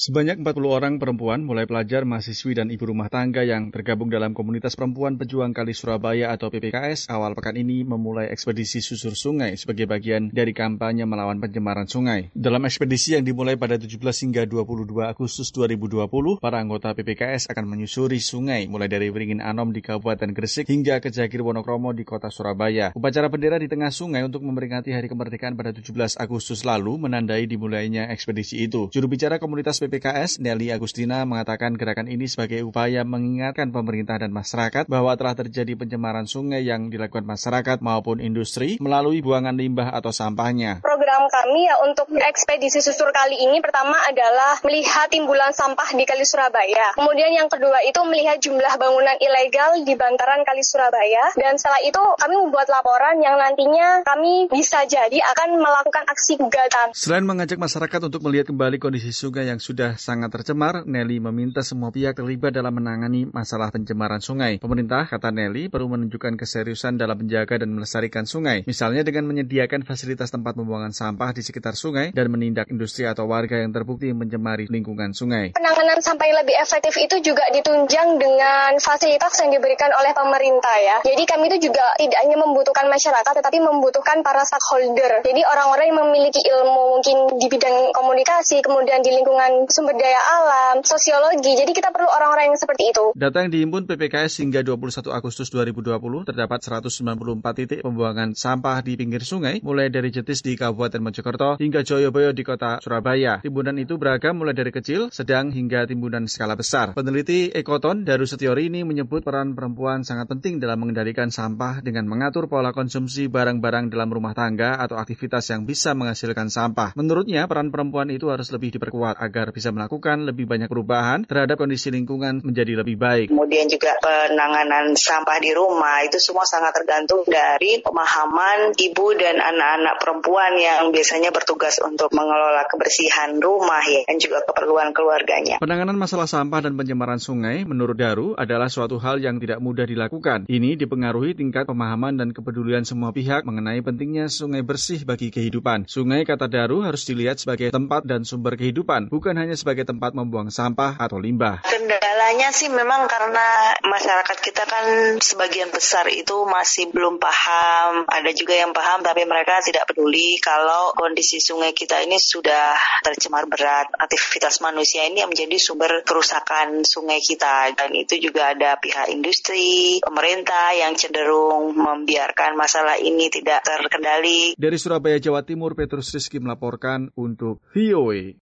Sebanyak 40 orang perempuan, mulai pelajar, mahasiswi, dan ibu rumah tangga yang tergabung dalam komunitas perempuan pejuang Kali Surabaya atau PPKS, awal pekan ini memulai ekspedisi susur sungai sebagai bagian dari kampanye melawan pencemaran sungai. Dalam ekspedisi yang dimulai pada 17 hingga 22 Agustus 2020, para anggota PPKS akan menyusuri sungai mulai dari Beringin Anom di Kabupaten Gresik hingga ke Jagir Wonokromo di Kota Surabaya. Upacara bendera di tengah sungai untuk memperingati Hari Kemerdekaan pada 17 Agustus lalu menandai dimulainya ekspedisi itu. Juru bicara komunitas PPKS, Nelly Agustina, mengatakan gerakan ini sebagai upaya mengingatkan pemerintah dan masyarakat bahwa telah terjadi pencemaran sungai yang dilakukan masyarakat maupun industri melalui buangan limbah atau sampahnya. Program kami ya untuk ekspedisi susur kali ini pertama adalah melihat timbulan sampah di Kali Surabaya. Kemudian yang kedua itu melihat jumlah bangunan ilegal di bantaran Kali Surabaya. Dan setelah itu kami membuat laporan yang nantinya kami bisa jadi akan melakukan aksi gugatan. Selain mengajak masyarakat untuk melihat kembali kondisi sungai yang sudah sangat tercemar, Nelly meminta semua pihak terlibat dalam menangani masalah pencemaran sungai. Pemerintah, kata Nelly, perlu menunjukkan keseriusan dalam menjaga dan melestarikan sungai. Misalnya dengan menyediakan fasilitas tempat pembuangan sampah di sekitar sungai dan menindak industri atau warga yang terbukti mencemari lingkungan sungai. Penanganan sampah yang lebih efektif itu juga ditunjang dengan fasilitas yang diberikan oleh pemerintah ya. Jadi kami itu juga tidak hanya membutuhkan masyarakat tetapi membutuhkan para stakeholder. Jadi orang-orang yang memiliki ilmu mungkin di bidang komunikasi, kemudian di lingkungan sumber daya alam, sosiologi. Jadi kita perlu orang-orang yang seperti itu. Data yang dihimpun PPKS hingga 21 Agustus 2020 terdapat 194 titik pembuangan sampah di pinggir sungai, mulai dari Jetis di Kabupaten Mojokerto hingga Joyoboyo di Kota Surabaya. Timbunan itu beragam mulai dari kecil, sedang hingga timbunan skala besar. Peneliti Ekoton Daru Setiorini menyebut peran perempuan sangat penting dalam mengendalikan sampah dengan mengatur pola konsumsi barang-barang dalam rumah tangga atau aktivitas yang bisa menghasilkan sampah. Menurutnya, peran perempuan itu harus lebih diperkuat agar bisa melakukan lebih banyak perubahan terhadap kondisi lingkungan menjadi lebih baik. Kemudian juga penanganan sampah di rumah itu semua sangat tergantung dari pemahaman ibu dan anak-anak perempuan yang biasanya bertugas untuk mengelola kebersihan rumah ya, dan juga keperluan keluarganya. Penanganan masalah sampah dan pencemaran sungai menurut Daru adalah suatu hal yang tidak mudah dilakukan. Ini dipengaruhi tingkat pemahaman dan kepedulian semua pihak mengenai pentingnya sungai bersih bagi kehidupan. Sungai, kata Daru, harus dilihat sebagai tempat dan sumber kehidupan, bukan hanya sebagai tempat membuang sampah atau limbah. Kendalanya sih memang karena masyarakat kita kan sebagian besar itu masih belum paham. Ada juga yang paham tapi mereka tidak peduli kalau kondisi sungai kita ini sudah tercemar berat. Aktivitas manusia ini yang menjadi sumber kerusakan sungai kita. Dan itu juga ada pihak industri, pemerintah yang cenderung membiarkan masalah ini tidak terkendali. Dari Surabaya, Jawa Timur, Petrus Rizky melaporkan untuk VOA.